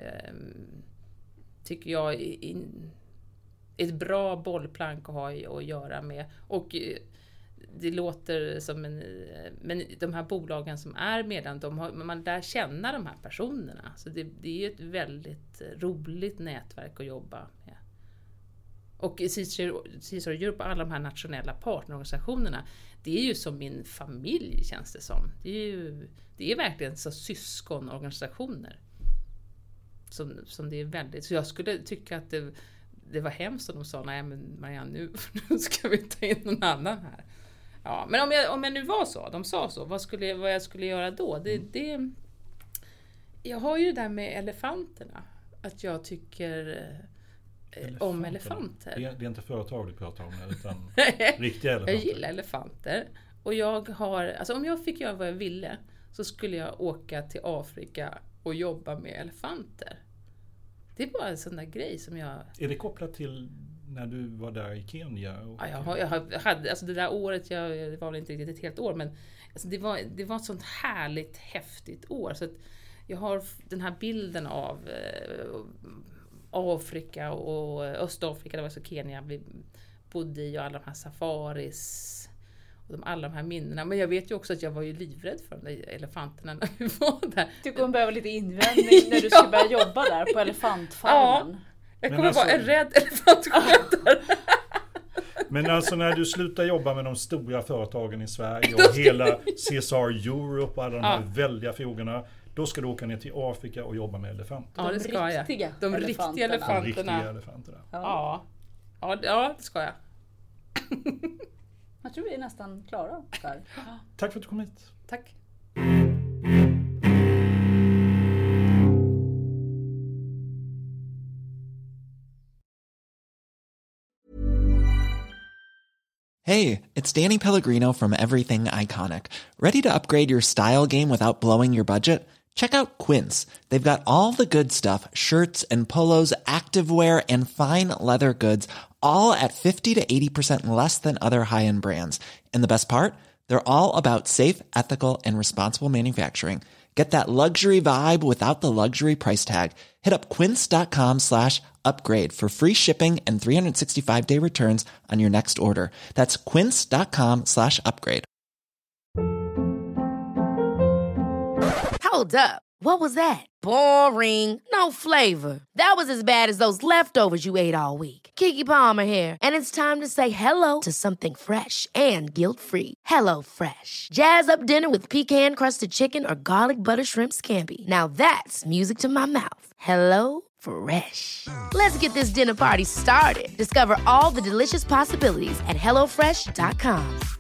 F: tycker jag är ett bra bollplank att ha att göra med. Och det låter som men de här bolagen som är med man lär känna de här personerna. Så det är ett väldigt roligt nätverk att jobba med. Och CSR Europe och alla de här nationella partnerorganisationerna, det är ju som min familj känns det som. Det är verkligen så syskonorganisationer. Som det är väldigt, så jag skulle tycka att det var hemskt om de sa nej men Marianne nu ska vi ta in någon annan här. Ja, men om jag nu var så, de sa så, vad jag skulle göra då? Jag har ju det där med elefanterna, att jag tycker om elefanter.
E: Det är inte företag du pratar om utan riktiga elefanter.
F: Jag gillar elefanter och om jag fick göra vad jag ville så skulle jag åka till Afrika och jobba med elefanter. Det är bara en sån där grej som jag...
E: Är det kopplat till när du var där i Kenya?
F: Ja, jag hade, alltså det där året, det var väl inte riktigt ett helt år, men alltså det var ett sånt härligt, häftigt år. Så att jag har den här bilden av Afrika och Östafrika, det var så Kenya vi bodde i och alla de här safaris och alla de här minnena. Men jag vet ju också att jag var ju livrädd för de där elefanterna när vi var där.
G: Du kommer behöva lite invändning när du ska börja jobba där på elefantfarmen.
F: Ja, jag kommer vara en rädd elefantskötare.
E: Men alltså när du slutar jobba med de stora företagen i Sverige och hela CSR Europe och alla de här väldiga frågorna, då ska du åka ner till Afrika och jobba med elefanter.
F: Ja, det ska jag. De riktiga elefanterna. Ja, det ska jag.
G: Jag tror vi är nästan klara där.
E: Tack för att du kom hit.
F: Tack.
J: Hey, it's Danny Pellegrino from Everything Iconic. Ready to upgrade your style game without blowing your budget? Check out Quince. They've got all the good stuff, shirts and polos, activewear and fine leather goods, all at 50 to 80% less than other high-end brands. And the best part? They're all about safe, ethical, and responsible manufacturing. Get that luxury vibe without the luxury price tag. Hit up quince.com/upgrade for free shipping and 365-day returns on your next order. That's quince.com/upgrade.
A: Hold up. What was that? Boring. No flavor. That was as bad as those leftovers you ate all week. Keke Palmer here, and it's time to say hello to something fresh and guilt-free. Hello Fresh. Jazz up dinner with pecan-crusted chicken or garlic butter shrimp scampi. Now that's music to my mouth. Hello Fresh. Let's get this dinner party started. Discover all the delicious possibilities at hellofresh.com.